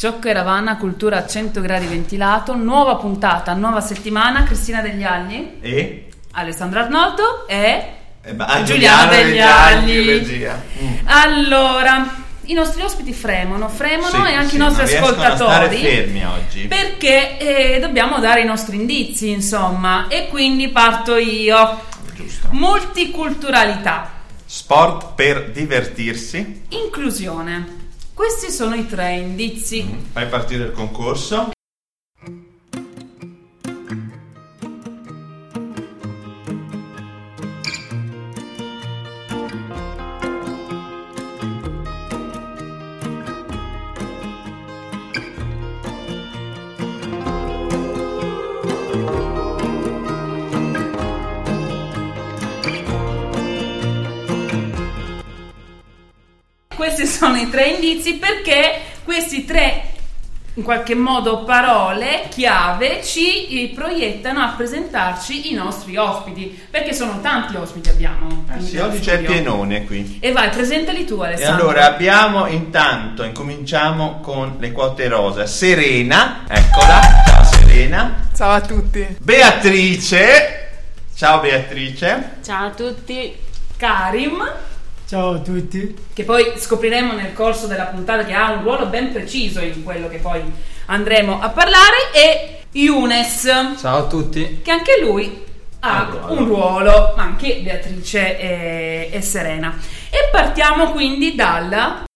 Ciocco e Ravanna, cultura a 100 gradi ventilato, nuova puntata, nuova settimana. Cristina Degli Agli e Alessandro Arnoldo e Giuliano Degli Agli. Allora, i nostri ospiti fremono Sì, e anche sì, i nostri non riescono a ascoltatori stare fermi oggi perché dobbiamo dare i nostri indizi, insomma, e quindi parto io. Giusto. Multiculturalità, Sport per divertirsi. inclusione. Questi sono i 3 indizi. Fai partire il concorso. Questi sono i 3 indizi perché questi 3, in qualche modo, parole chiave ci proiettano a presentarci i nostri ospiti, perché sono tanti ospiti abbiamo. Sì, oggi c'è il pienone qui. E vai, presentali tu, E Alessandro. allora incominciamo con le quote rosa. Serena, eccola, ciao Serena. Ciao a tutti. Beatrice, ciao Beatrice. Ciao a tutti. Karim, Ciao a tutti. che poi scopriremo nel corso della puntata che ha un ruolo ben preciso in quello che poi andremo a parlare, e Younes, Ciao a tutti. che anche lui ha un ruolo, ma anche Beatrice e Serena. E partiamo quindi dalla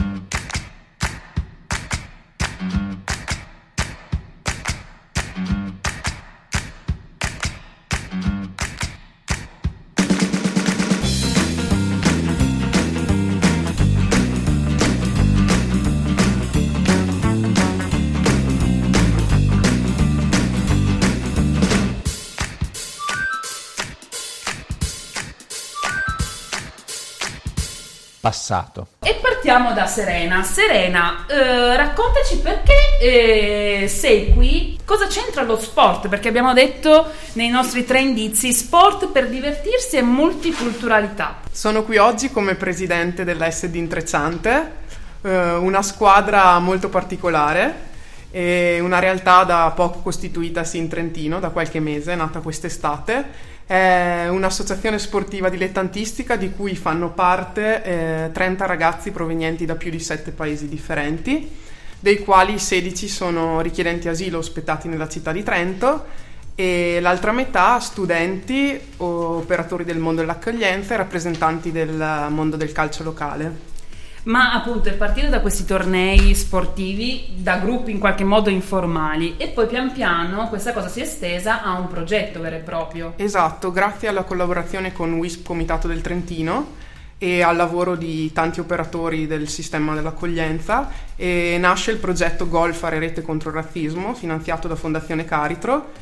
Passato. E partiamo da Serena. Serena, raccontaci perché sei qui, cosa c'entra lo sport? Perché abbiamo detto nei nostri 3 indizi sport per divertirsi e multiculturalità. Sono qui oggi come presidente della SD Intrecciante, una squadra molto particolare e una realtà da poco costituitasi in Trentino, da qualche mese, nata quest'estate. È un'associazione sportiva dilettantistica di cui fanno parte 30 ragazzi provenienti da più di 7 paesi differenti, dei quali 16 sono richiedenti asilo ospitati nella città di Trento e l'altra metà studenti, operatori del mondo dell'accoglienza e rappresentanti del mondo del calcio locale. Ma appunto è partito da questi tornei sportivi, da gruppi in qualche modo informali, e poi pian piano questa cosa si è estesa a un progetto vero e proprio. Esatto, grazie alla collaborazione con WISP Comitato del Trentino e al lavoro di tanti operatori del sistema dell'accoglienza, e nasce il progetto Gol Fare Rete contro il razzismo, finanziato da Fondazione Caritro,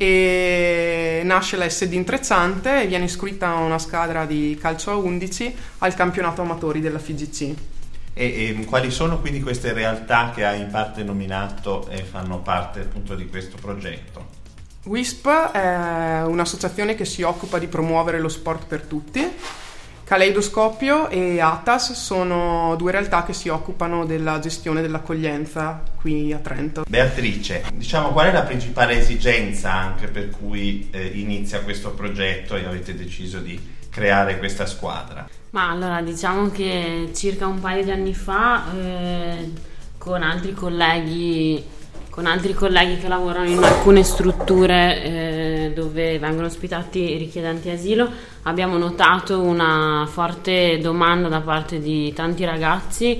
e nasce la SD Intrecciante e viene iscritta una squadra di calcio a 11 al campionato amatori della FIGC. E quali sono quindi queste realtà che hai in parte nominato e fanno parte appunto di questo progetto? WISP è un'associazione che si occupa di promuovere lo sport per tutti. Caleidoscopio e ATAS sono 2 realtà che si occupano della gestione dell'accoglienza qui a Trento. Beatrice, diciamo, qual è la principale esigenza anche per cui inizia questo progetto e avete deciso di creare questa squadra? Ma allora diciamo che circa un paio di anni fa con altri colleghi che lavorano in alcune strutture dove vengono ospitati richiedenti asilo, abbiamo notato una forte domanda da parte di tanti ragazzi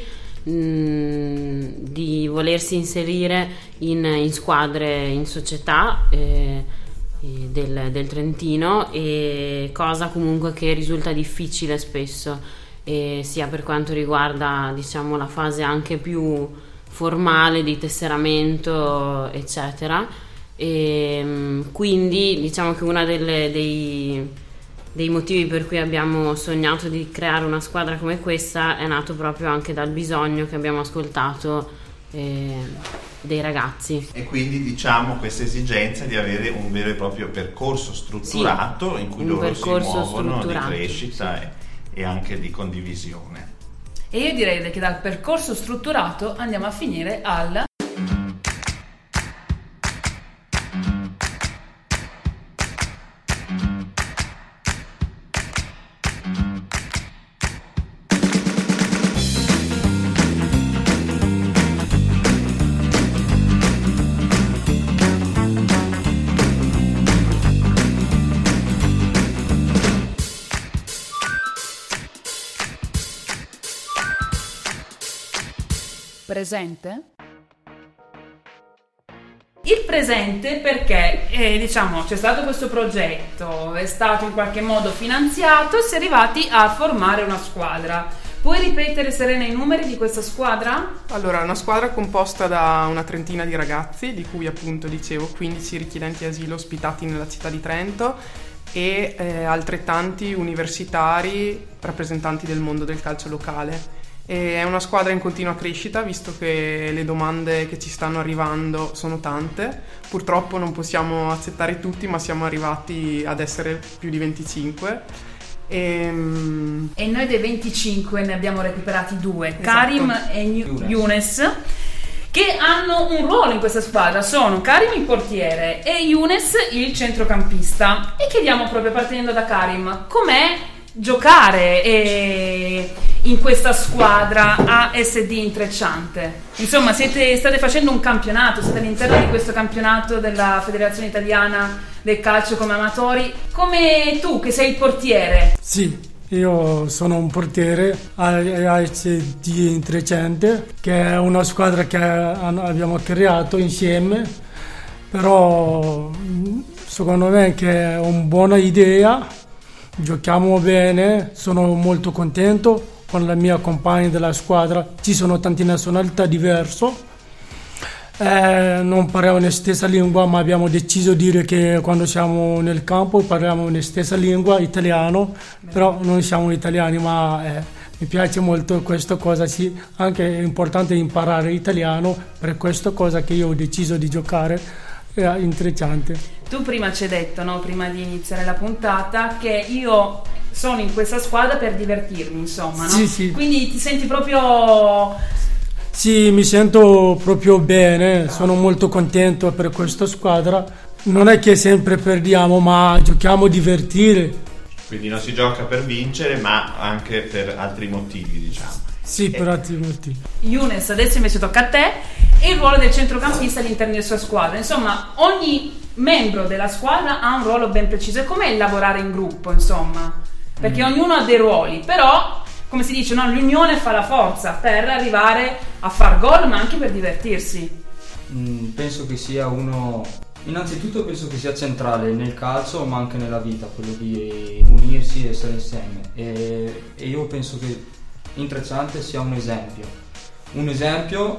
di volersi inserire in squadre, in società del Trentino, e cosa comunque che risulta difficile spesso, sia per quanto riguarda, diciamo, la fase anche più formale di tesseramento eccetera, e quindi diciamo che uno dei motivi per cui abbiamo sognato di creare una squadra come questa è nato proprio anche dal bisogno che abbiamo ascoltato dei ragazzi. E quindi diciamo questa esigenza di avere un vero e proprio percorso strutturato, in cui loro si muovono, di crescita, sì, e anche di condivisione. E io direi che dal percorso strutturato andiamo a finire al presente? Il presente perché diciamo c'è stato questo progetto, è stato in qualche modo finanziato e si è arrivati a formare una squadra. Puoi ripetere, Serena, i numeri di questa squadra? Allora, è una squadra composta da una trentina di ragazzi, di cui appunto dicevo 15 richiedenti asilo ospitati nella città di Trento e altrettanti universitari rappresentanti del mondo del calcio locale. E è una squadra in continua crescita, visto che le domande che ci stanno arrivando sono tante. Purtroppo non possiamo accettare tutti, ma siamo arrivati ad essere più di 25. E noi dei 25 ne abbiamo recuperati 2, esatto. Karim e Younes, che hanno un ruolo in questa squadra. Sono Karim il portiere e Younes il centrocampista. E chiediamo, proprio partendo da Karim, com'è giocare in questa squadra ASD Intrecciante. Insomma, state facendo un campionato, siete all'interno di questo campionato della Federazione Italiana del Calcio come amatori. Come tu, che sei il portiere? Sì, io sono un portiere ASD Intrecciante, che è una squadra che abbiamo creato insieme, però secondo me che è una buona idea. Giochiamo bene, sono molto contento con la mia compagna della squadra. Ci sono tante nazionalità diverse, non parliamo la stessa lingua, ma abbiamo deciso di dire che quando siamo nel campo parliamo la stessa lingua, italiano, però non siamo italiani, ma mi piace molto questa cosa, sì, anche è importante imparare italiano, per questa cosa che io ho deciso di giocare Intrecciante. Tu prima ci hai detto, no, prima di iniziare la puntata, che io sono in questa squadra per divertirmi, insomma, no? Sì, sì. Quindi ti senti proprio... Sì, mi sento proprio bene, sono molto contento per questa squadra. Non è che sempre perdiamo, ma giochiamo a divertire. Quindi non si gioca per vincere, ma anche per altri motivi, diciamo. Sì, per altri motivi. Younes, adesso invece tocca a te, e il ruolo del centrocampista all'interno della sua squadra. Insomma, ogni membro della squadra ha un ruolo ben preciso. E com'è lavorare in gruppo, insomma? Perché ognuno ha dei ruoli, però, come si dice, no, l'unione fa la forza per arrivare a far gol, ma anche per divertirsi. Penso che sia innanzitutto penso che sia centrale nel calcio, ma anche nella vita, quello di unirsi e essere insieme. E io penso che Intrecciante sia un esempio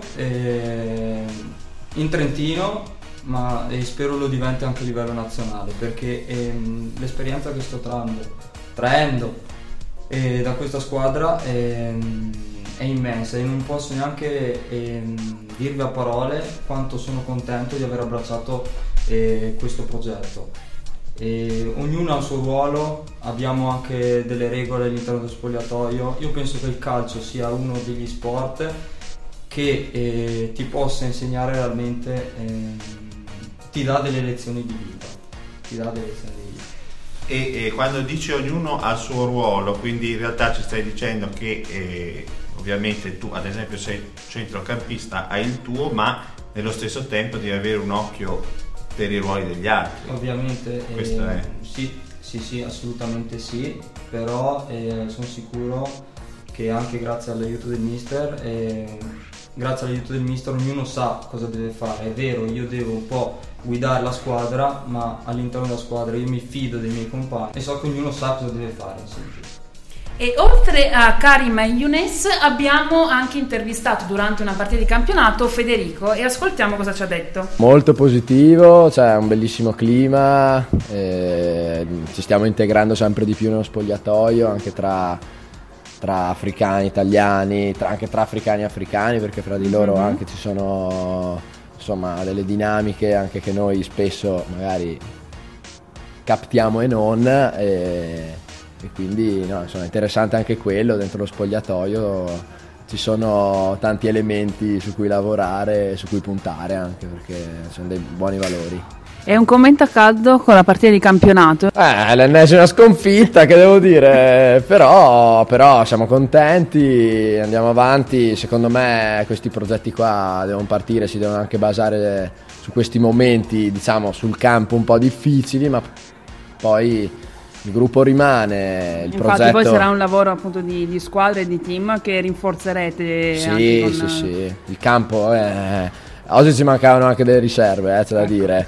in Trentino, ma spero lo diventi anche a livello nazionale, perché l'esperienza che sto traendo da questa squadra è immensa, e non posso neanche dirvi a parole quanto sono contento di aver abbracciato questo progetto. Ognuno ha il suo ruolo, abbiamo anche delle regole all'interno dello spogliatoio. Io penso che il calcio sia uno degli sport che ti possa insegnare realmente, ti dà delle lezioni di vita, E quando dici ognuno ha il suo ruolo, quindi in realtà ci stai dicendo che ovviamente tu, ad esempio, sei centrocampista, hai il tuo, ma nello stesso tempo devi avere un occhio per i ruoli degli altri. Ovviamente questo è. Sì, assolutamente sì, però sono sicuro che anche grazie all'aiuto del mister ognuno sa cosa deve fare. È vero, io devo un po' guidare la squadra, ma all'interno della squadra io mi fido dei miei compagni e so che ognuno sa cosa deve fare. E oltre a Karim e Younes abbiamo anche intervistato durante una partita di campionato Federico, e ascoltiamo cosa ci ha detto. Molto positivo, c'è un bellissimo clima, ci stiamo integrando sempre di più nello spogliatoio, anche tra africani, italiani, anche tra africani e africani, perché fra di loro anche ci sono, insomma, delle dinamiche anche che noi spesso magari captiamo e non, e quindi no, insomma, è interessante anche quello. Dentro lo spogliatoio ci sono tanti elementi su cui lavorare, su cui puntare, anche perché sono dei buoni valori. E un commento a caldo con la partita di campionato? L'ennesima sconfitta, che devo dire, però siamo contenti, andiamo avanti. Secondo me questi progetti qua devono partire, si devono anche basare su questi momenti, diciamo, sul campo un po' difficili, ma poi il gruppo rimane, il Infatti progetto... poi sarà un lavoro appunto di squadra e di team che rinforzerete anche con... Sì, il campo oggi ci mancavano anche delle riserve, c'è da dire,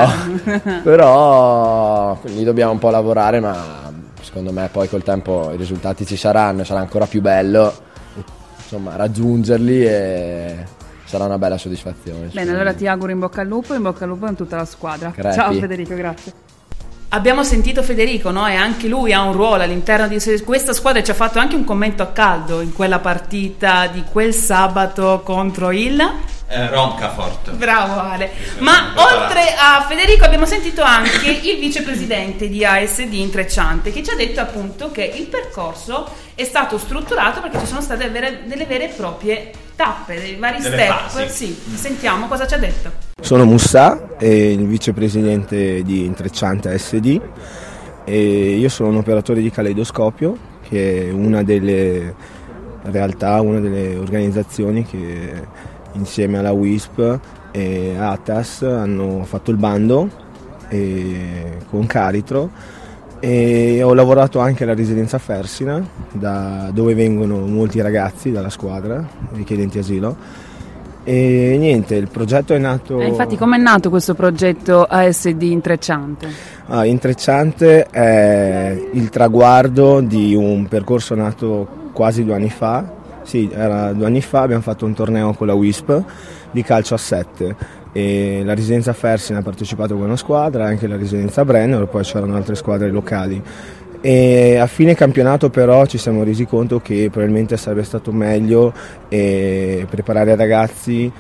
però lì dobbiamo un po' lavorare, ma secondo me poi col tempo i risultati ci saranno, sarà ancora più bello, insomma, raggiungerli e sarà una bella soddisfazione. Bene, allora ti auguro in bocca al lupo a tutta la squadra. Crepi. Ciao Federico, grazie. Abbiamo sentito Federico, no? E anche lui ha un ruolo all'interno di questa squadra e ci ha fatto anche un commento a caldo in quella partita di quel sabato contro il... Roncafort. Bravo Ale. Ma oltre a Federico abbiamo sentito anche il vicepresidente di ASD Intrecciante, che ci ha detto appunto che il percorso è stato strutturato perché ci sono state delle vere e proprie tappe, dei vari Delle step. fasi. Sì, sentiamo cosa ci ha detto. Sono Mussà, il vicepresidente di Intrecciante ASD, e io sono un operatore di Caleidoscopio, che è una delle realtà, una delle organizzazioni che insieme alla WISP e ATAS hanno fatto il bando con Caritro, e ho lavorato anche alla residenza Fersina, da dove vengono molti ragazzi dalla squadra richiedenti asilo. E niente, il progetto è nato... Infatti com'è nato questo progetto ASD Intrecciante? Intrecciante è il traguardo di un percorso nato quasi 2 anni fa. Sì, era 2 anni fa, abbiamo fatto un torneo con la WISP di calcio a 7 e la residenza Fersina ha partecipato con una squadra, anche la residenza Brennero, poi c'erano altre squadre locali. E a fine campionato però ci siamo resi conto che probabilmente sarebbe stato meglio preparare i ragazzi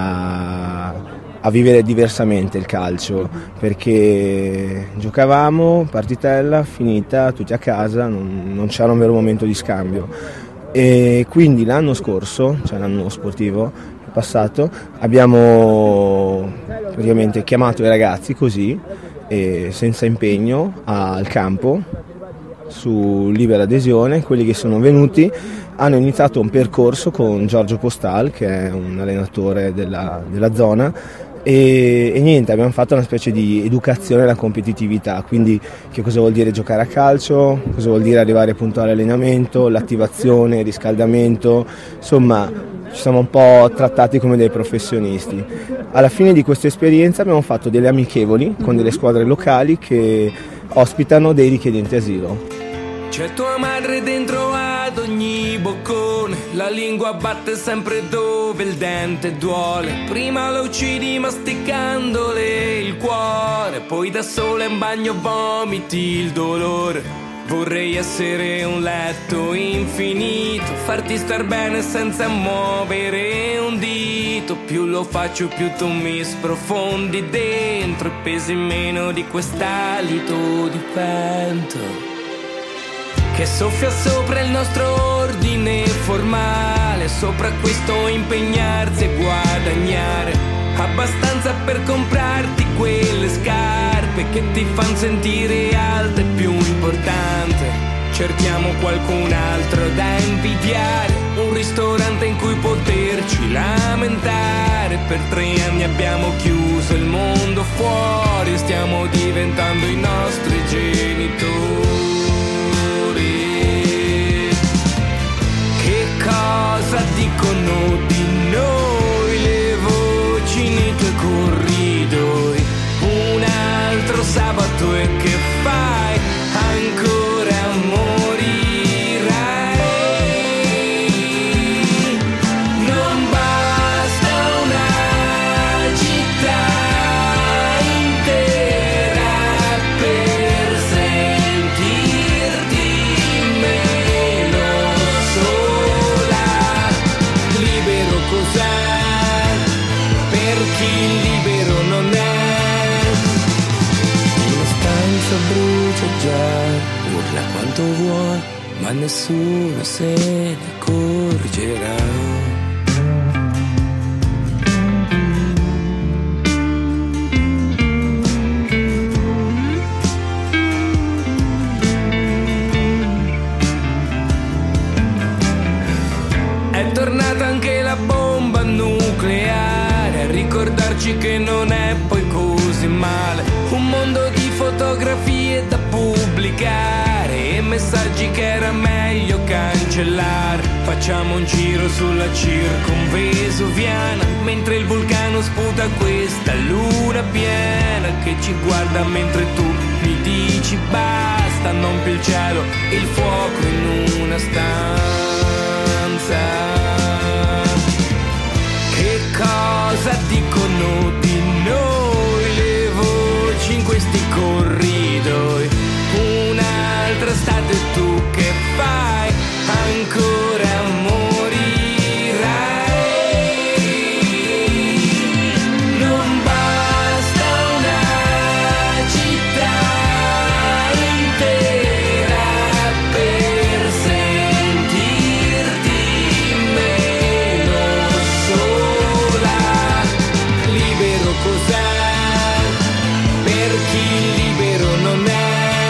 a vivere diversamente il calcio, perché giocavamo, partitella, finita, tutti a casa, non c'era un vero momento di scambio. E quindi l'anno scorso, cioè l'anno sportivo passato, abbiamo praticamente chiamato i ragazzi così, senza impegno, al campo su libera adesione. Quelli che sono venuti hanno iniziato un percorso con Giorgio Postal, che è un allenatore della zona, e niente, abbiamo fatto una specie di educazione alla competitività, quindi che cosa vuol dire giocare a calcio, cosa vuol dire arrivare puntuale all'allenamento, l'attivazione, il riscaldamento, insomma ci siamo un po' trattati come dei professionisti. Alla fine di questa esperienza abbiamo fatto delle amichevoli con delle squadre locali che ospitano dei richiedenti asilo. C'è tua madre dentro ad ogni boccone, la lingua batte sempre dove il dente duole. Prima la uccidi masticandole il cuore, poi da sola in bagno vomiti il dolore. Vorrei essere un letto infinito, farti star bene senza muovere un dito. Più lo faccio più tu mi sprofondi dentro e pesi meno di quest'alito di vento che soffia sopra il nostro ordine formale, sopra questo impegnarsi e guadagnare abbastanza per comprarti quelle scarpe che ti fanno sentire alta e più importante. Cerchiamo qualcun altro da invidiare, un ristorante in cui poterci lamentare. Per 3 anni abbiamo chiuso il mondo fuori, stiamo diventando i nostri genitori. Cosa dicono di noi le voci nei tuoi corridoi? Un altro sabato e che fai? Ancora morirai. Non basta una città intera per sentirti meno sola. Libero cos'è? Per chi libero non è. Una stanza brucia già, urla quanto vuoi, ma nessuno se ne accorgerà. È tornata anche la bomba nucleare a ricordarci che non è poi così male. Un mondo di fotografie da pubblicare e messaggi che era meglio cancellare. Facciamo un giro sulla circonvesuviana mentre il vulcano sputa questa luna piena che ci guarda mentre tu mi dici basta, non più il cielo, il fuoco in una stanza. Che cosa dicono di noi le voci in questi corridoi? Un'altra estate tu che fai? Ancora morirai. Non basta una città intera per sentirti meno sola. Libero cos'è? Per chi libero non è.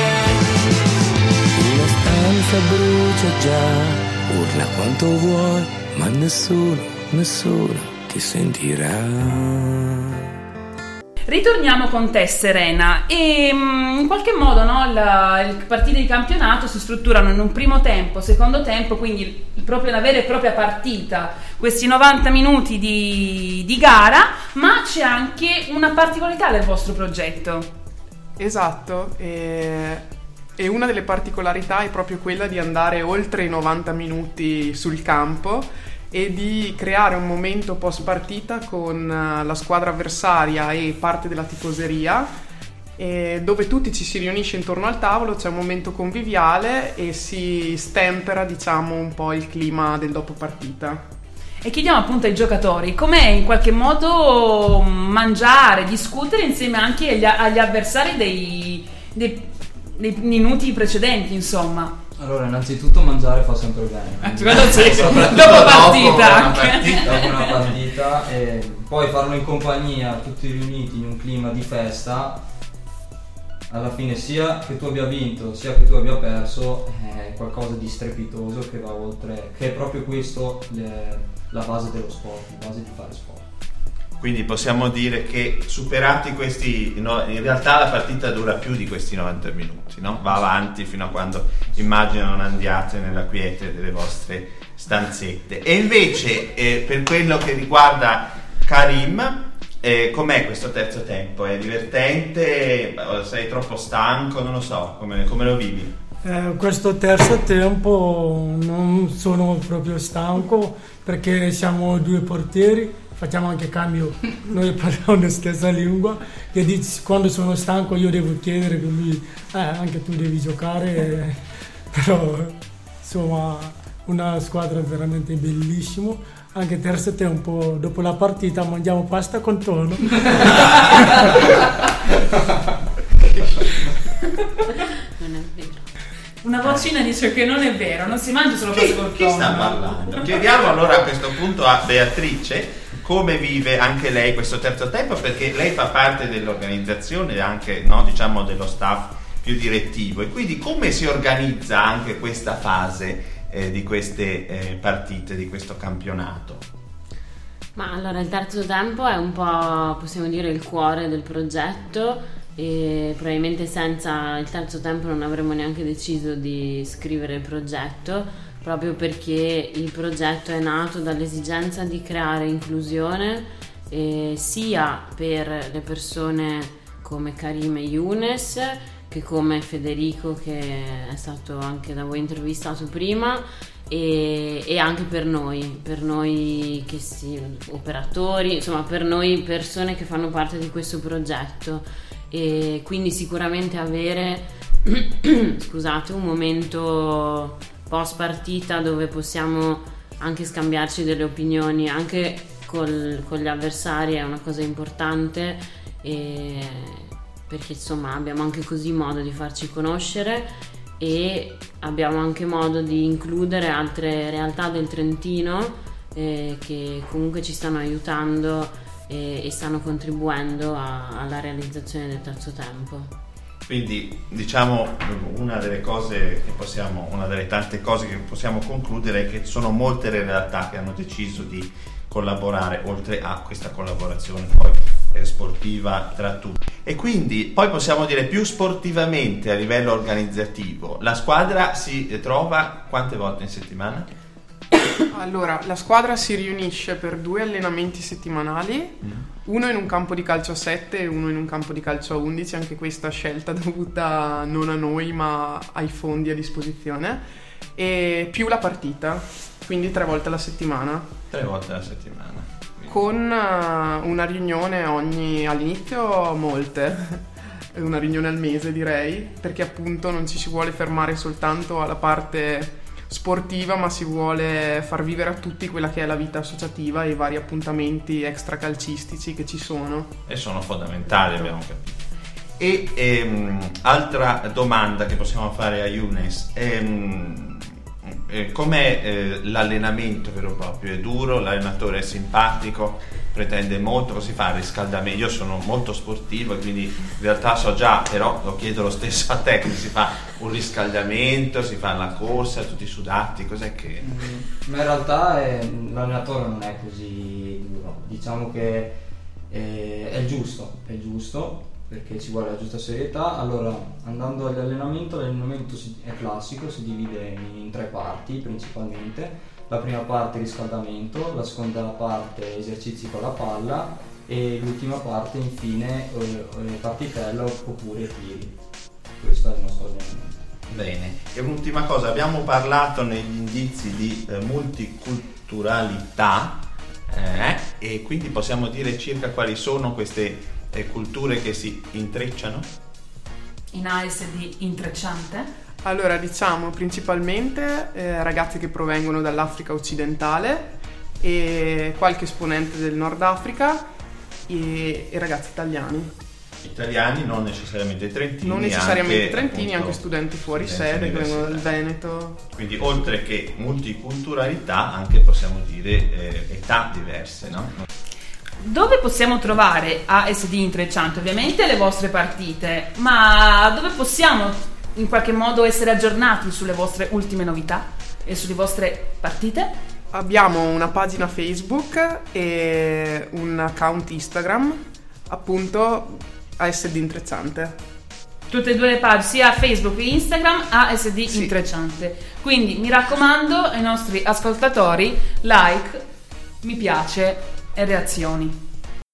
Una stanza brucia già, urla quanto vuoi, ma nessuno ti sentirà. Ritorniamo con te, Serena, e in qualche modo, no, le partite di campionato si strutturano in un primo tempo, secondo tempo, quindi proprio una vera e propria partita, questi 90 minuti di gara, ma c'è anche una particolarità del vostro progetto. Esatto, e una delle particolarità è proprio quella di andare oltre i 90 minuti sul campo e di creare un momento post partita con la squadra avversaria e parte della tifoseria, dove tutti ci si riunisce intorno al tavolo, c'è un momento conviviale e si stempera, diciamo, un po' il clima del dopo partita. E chiediamo appunto ai giocatori com'è in qualche modo mangiare, discutere insieme anche agli avversari dei minuti precedenti, insomma. Allora, innanzitutto mangiare fa sempre bene. Dopo partita dopo una partita, e poi farlo in compagnia, tutti riuniti in un clima di festa. Alla fine, sia che tu abbia vinto sia che tu abbia perso, è qualcosa di strepitoso che va oltre, che è proprio questo la base dello sport, la base di fare sport. Quindi possiamo dire che superati questi, no, in realtà la partita dura più di questi 90 minuti, no? Va avanti fino a quando immagino non andiate nella quiete delle vostre stanzette. E invece per quello che riguarda Karim, com'è questo terzo tempo? È divertente? Sei troppo stanco? Non lo so, come lo vivi? Questo terzo tempo non sono proprio stanco perché siamo due portieri, facciamo anche cambio, noi parliamo la stessa lingua, che quando sono stanco io devo chiedere che lui anche tu devi giocare, però insomma una squadra veramente bellissima. Anche terzo tempo, dopo la partita mangiamo pasta con tonno. Non è vero. Una vocina dice che non è vero, non si mangia solo pasta col tonno. Chi sta parlando? Chiediamo allora a questo punto a Beatrice come vive anche lei questo terzo tempo, perché lei fa parte dell'organizzazione e anche, no, diciamo, dello staff più direttivo, e quindi come si organizza anche questa fase di queste partite, di questo campionato? Ma allora il terzo tempo è un po', possiamo dire, il cuore del progetto, e probabilmente senza il terzo tempo non avremmo neanche deciso di scrivere il progetto, proprio perché il progetto è nato dall'esigenza di creare inclusione sia per le persone come Karim e Younes, che come Federico, che è stato anche da voi intervistato prima, e anche per noi che operatori, insomma per noi persone che fanno parte di questo progetto, e quindi sicuramente avere scusate, un momento post partita dove possiamo anche scambiarci delle opinioni anche con gli avversari è una cosa importante, perché insomma abbiamo anche così modo di farci conoscere e abbiamo anche modo di includere altre realtà del Trentino che comunque ci stanno aiutando e stanno contribuendo alla realizzazione del terzo tempo. Quindi diciamo una delle tante cose che possiamo concludere è che sono molte le realtà che hanno deciso di collaborare, oltre a questa collaborazione poi sportiva tra tutti. E quindi poi possiamo dire più sportivamente a livello organizzativo, la squadra si trova quante volte in settimana? Allora, la squadra si riunisce per 2 allenamenti settimanali, uno in un campo di calcio a 7 e uno in un campo di calcio a 11, anche questa scelta dovuta non a noi ma ai fondi a disposizione, e più la partita, quindi 3 volte alla settimana. 3 volte alla settimana. Con una riunione all'inizio molte, una riunione al mese direi, perché appunto non ci si vuole fermare soltanto alla parte sportiva, ma si vuole far vivere a tutti quella che è la vita associativa e i vari appuntamenti extracalcistici che ci sono. E sono fondamentali, abbiamo capito. E altra domanda che possiamo fare a Younes, com'è l'allenamento vero e proprio? È duro? L'allenatore è simpatico? Pretende molto? Cosa si fa? Il riscaldamento? Io sono molto sportivo e quindi in realtà so già, però lo chiedo lo stesso a te, quindi si fa un riscaldamento, si fa la corsa, tutti sudati, cos'è che... Ma in realtà l'allenatore non è così duro, diciamo che è giusto perché ci vuole la giusta serietà. Allora, andando l'allenamento è classico, si divide in 3 parti principalmente. La prima parte riscaldamento, la seconda parte esercizi con la palla e l'ultima parte infine partitella oppure tiri. Questo è il nostro allenamento. Bene, e un'ultima cosa, abbiamo parlato negli indizi di multiculturalità e quindi possiamo dire circa quali sono queste culture che si intrecciano? In ASD intrecciante? Allora, diciamo principalmente ragazzi che provengono dall'Africa occidentale e qualche esponente del Nord Africa e ragazzi italiani. Italiani, non necessariamente trentini. Non necessariamente trentini, appunto, anche studenti fuori sede che vengono dal Veneto. Quindi oltre che multiculturalità, anche possiamo dire età diverse, no? Dove possiamo trovare ASD intrecciante? Ovviamente le vostre partite, ma dove possiamo in qualche modo essere aggiornati sulle vostre ultime novità e sulle vostre partite? Abbiamo una pagina Facebook e un account Instagram, appunto ASD intrecciante. Tutte e 2 le pagine, sia Facebook che Instagram, ASD intrecciante. Quindi mi raccomando ai nostri ascoltatori, like, mi piace e reazioni.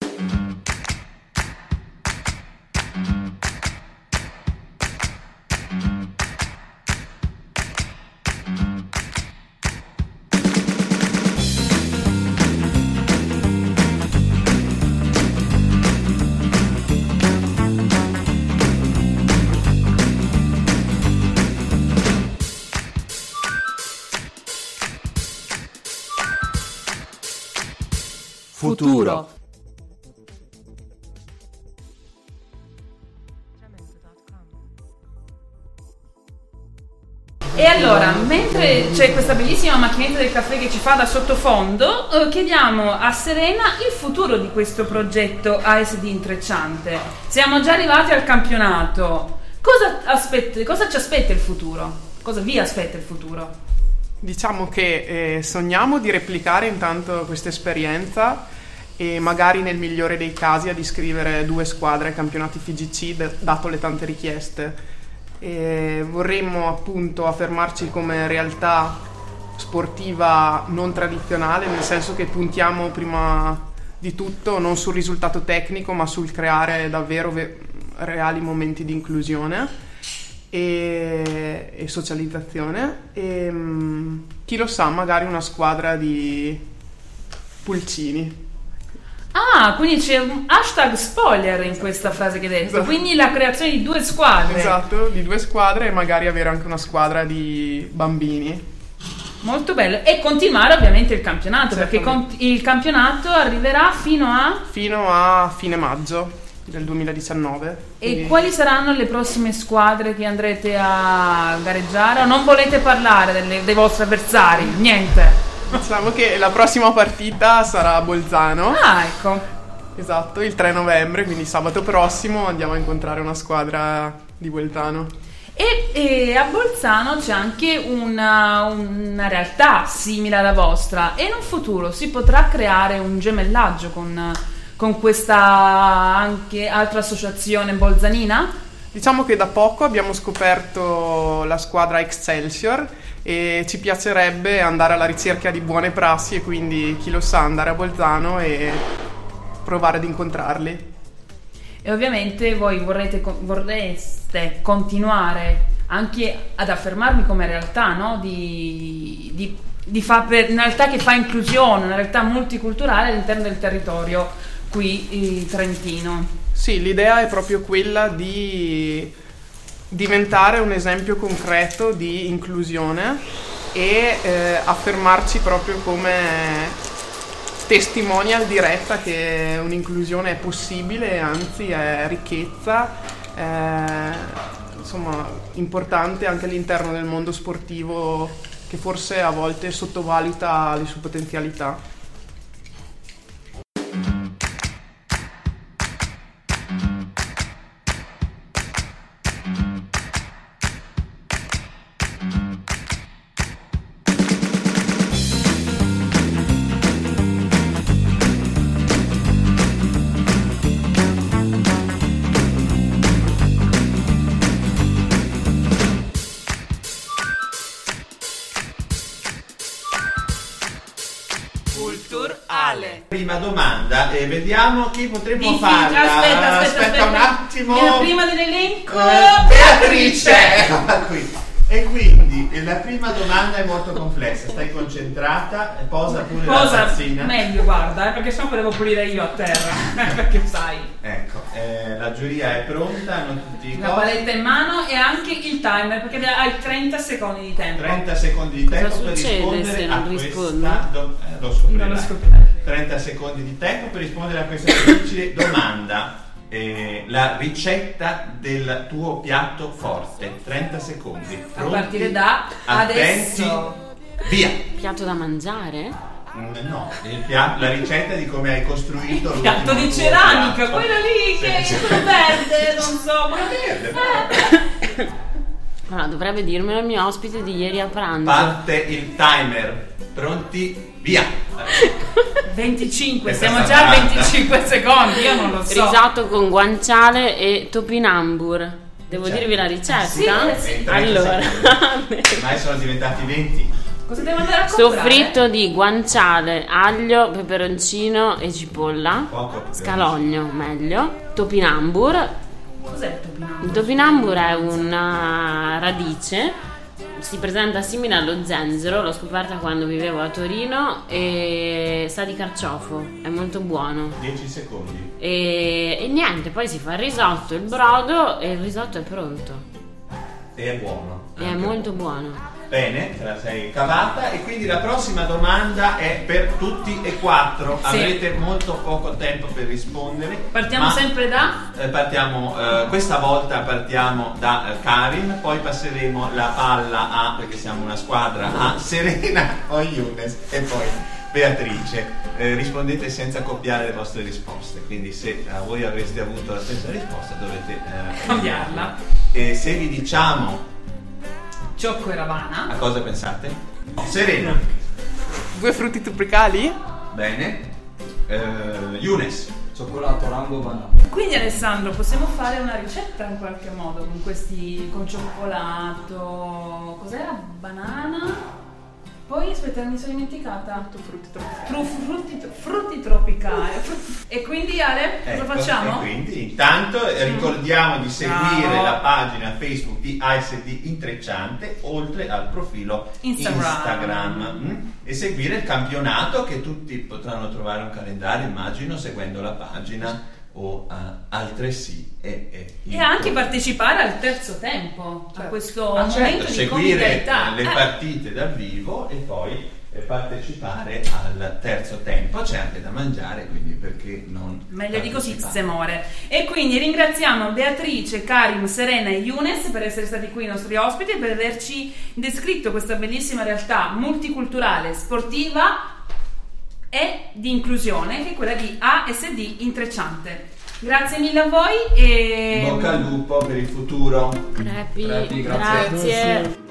Futuro. E allora, mentre c'è questa bellissima macchinetta del caffè che ci fa da sottofondo, chiediamo a Serena il futuro di questo progetto ASD intrecciante. Siamo già arrivati al campionato. Cosa ci aspetta il futuro? Cosa vi aspetta il futuro? Diciamo che sogniamo di replicare intanto questa esperienza e magari nel migliore dei casi ad iscrivere 2 squadre ai campionati FIGC dato le tante richieste. E vorremmo appunto affermarci come realtà sportiva non tradizionale, nel senso che puntiamo prima di tutto non sul risultato tecnico ma sul creare davvero reali momenti di inclusione e socializzazione e chi lo sa magari una squadra di pulcini. Ah, quindi c'è un hashtag spoiler in questa frase che hai detto, esatto. Quindi la creazione di 2 squadre. Esatto, di 2 squadre e magari avere anche una squadra di bambini. Molto bello, e continuare ovviamente il campionato, perché il campionato arriverà fino a fine maggio del 2019. E quindi... quali saranno le prossime squadre che andrete a gareggiare? O non volete parlare dei vostri avversari? Niente. Diciamo che la prossima partita sarà a Bolzano. Ah, ecco. Esatto, il 3 novembre, quindi sabato prossimo andiamo a incontrare una squadra di Bolzano. E a Bolzano c'è anche una realtà simile alla vostra, e in un futuro si potrà creare un gemellaggio con con questa anche altra associazione bolzanina? Diciamo che da poco abbiamo scoperto la squadra Excelsior e ci piacerebbe andare alla ricerca di buone prassi e quindi, chi lo sa, andare a Bolzano e provare ad incontrarli. E ovviamente voi vorreste continuare anche ad affermarvi come realtà, no? Una realtà che fa inclusione, una realtà multiculturale all'interno del territorio qui trentino. Sì, l'idea è proprio quella di diventare un esempio concreto di inclusione e affermarci proprio come testimonial diretta che un'inclusione è possibile, anzi è ricchezza, insomma importante anche all'interno del mondo sportivo, che forse a volte sottovaluta le sue potenzialità. Prima domanda, vediamo chi potremmo farla. Aspetta un attimo. Prima dell'elenco, Beatrice. Qui. E quindi la prima domanda è molto complessa. Stai concentrata, posa pure la tazzina. Meglio, guarda, perché sennò devo pulire io a terra. Perché sai. Ecco, la giuria è pronta, hanno tutti la paletta in mano e anche il timer, perché hai 30 secondi di tempo. 30 secondi di tempo per rispondere a questa lo scoprirai. 30 secondi di tempo per rispondere a questa difficile domanda. La ricetta del tuo piatto forte. 30 secondi. Pronti? A partire da attenti, adesso. Via. Piatto da mangiare? No, la ricetta di come hai costruito il piatto di ceramica, quello lì che è quello verde, non so, verde. Allora, dovrebbe dirmelo il mio ospite di ieri a pranzo. Parte il timer. Pronti? Via. 25, siamo già a 25 secondi, io non lo so. Risotto con guanciale e topinambur. Devo dirvi la ricetta? Sì. Allora, ormai sono diventati 20. Cosa devo andare a comprare? Soffritto di guanciale, aglio, peperoncino e cipolla. Scalogno, meglio. Topinambur. Cos'è il topinambur? Il topinambur è una radice. Si presenta simile allo zenzero, l'ho scoperta quando vivevo a Torino e sa di carciofo, è molto buono. 10 secondi. E niente, poi si fa il risotto, il brodo e il risotto è pronto. E è buono. E è molto buono. Bene, te la sei cavata e quindi la prossima domanda è per tutti e 4. Sì. Avrete molto poco tempo per rispondere. Partiamo sempre da? Questa volta partiamo da Karin, poi passeremo la palla perché siamo una squadra, a Serena, poi Younes e poi Beatrice. Rispondete senza copiare le vostre risposte, quindi se voi avreste avuto la stessa risposta dovete cambiarla. E se vi diciamo ciocco e ravana, a cosa pensate? Serena. 2 frutti tropicali? Bene. Younes. Cioccolato, rango, banana. Quindi Alessandro, possiamo fare una ricetta in qualche modo con cioccolato, cos'era? Banana. Poi aspetta, mi sono dimenticata. Frutti tropicali. E quindi Ale, cosa facciamo? E quindi intanto ricordiamo di seguire la pagina Facebook di ASD Intrecciante, oltre al profilo Instagram. E seguire il campionato, che tutti potranno trovare un calendario, immagino, seguendo la pagina o altresì e anche partecipare al terzo tempo, a questo momento di seguire convivialità. le partite dal vivo e poi partecipare al terzo tempo. C'è anche da mangiare, quindi perché non meglio di così se muore. E quindi ringraziamo Beatrice, Karim, Serena e Younes per essere stati qui i nostri ospiti e per averci descritto questa bellissima realtà multiculturale, sportiva e di inclusione, che è quella di ASD Intrecciante. Grazie mille a voi e bocca al lupo per il futuro. Crepi, grazie.